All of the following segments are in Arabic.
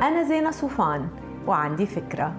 أنا زينة صوفان وعندي فكرة.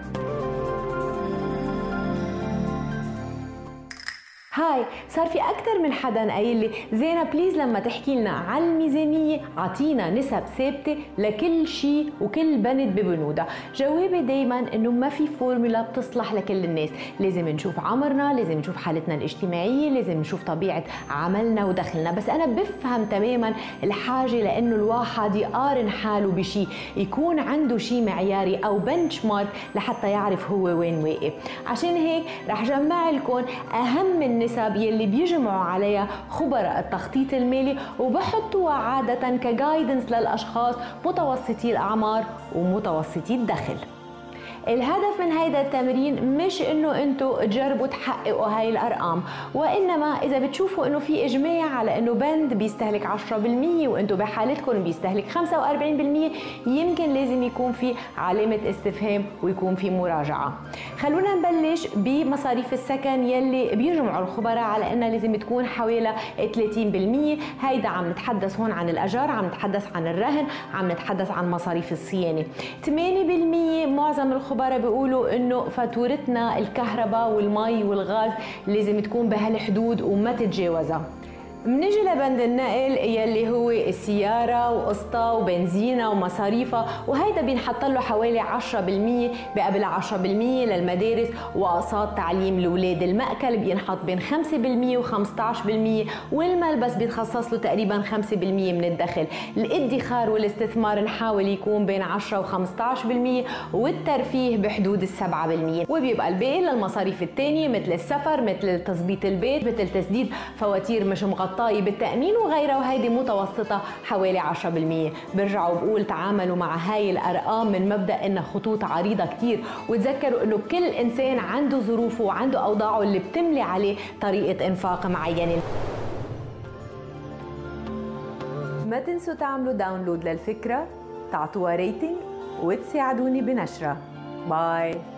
هاي، صار في أكثر من حدا قايل لي زينة بليز لما تحكي لنا عن الميزانية عطينا نسب ثابتة لكل شيء وكل بند ببنودها. جوابي دايما إنه ما في فورمولا بتصلح لكل الناس، لازم نشوف عمرنا، لازم نشوف حالتنا الاجتماعية، لازم نشوف طبيعة عملنا ودخلنا. بس أنا بفهم تماما الحاجة لأنه الواحد يقارن حاله بشيء، يكون عنده شيء معياري أو بنش مارك لحتى يعرف هو وين واقف. عشان هيك رح جمع لكم أهم النسب يلي بيجمعوا عليها خبراء التخطيط المالي وبحطوها عادة كجايدنس للأشخاص متوسطي الأعمار ومتوسطي الدخل. الهدف من هيدا التمرين مش انه انتو تجربوا تحققوا هاي الارقام، وانما اذا بتشوفوا انه في اجماع على انه بند بيستهلك 10% وانتو بحالتكم بيستهلك 45%، يمكن لازم يكون في علامة استفهام ويكون في مراجعة. خلونا نبلش بمصاريف السكن يلي بيجمعوا الخبراء على انها لازم تكون حوالي 30%. هيدا عم نتحدث هون عن الاجار، عم نتحدث عن الرهن، عم نتحدث عن مصاريف الصيانة. 8% معظم الخبراء بيقولوا انه فاتورتنا الكهرباء والمي والغاز لازم تكون بهالحدود وما تتجاوزها. منيجي لبند النقل يلي هو السيارة وقسطها وبنزينها ومصاريفها، وهيدا بينحط له حوالي 10% بقبل 10% للمدارس وأقساط تعليم الأولاد. المأكل بينحط بين 5% و15%، والملبس بيتخصص له تقريبا 5% من الدخل. الادخار والاستثمار نحاول يكون بين 10 و15%، والترفيه بحدود 7%، وبيبقى الباقي للمصاريف الثانية مثل السفر، مثل تظبيط البيت، مثل تسديد فواتير مش مغطاة بالتأمين وغيرها، وهيدي متوسطة حوالي 10%. برجع وبقول تعاملوا مع هاي الأرقام من مبدأ إنها خطوط عريضة كتير، وتذكروا إنه كل إنسان عنده ظروفه وعنده أوضاعه اللي بتملي عليه طريقة إنفاق معينة. ما تنسوا تعملوا داونلود للفكرة، تعطوها ريتنج وتساعدوني بنشرها. باي.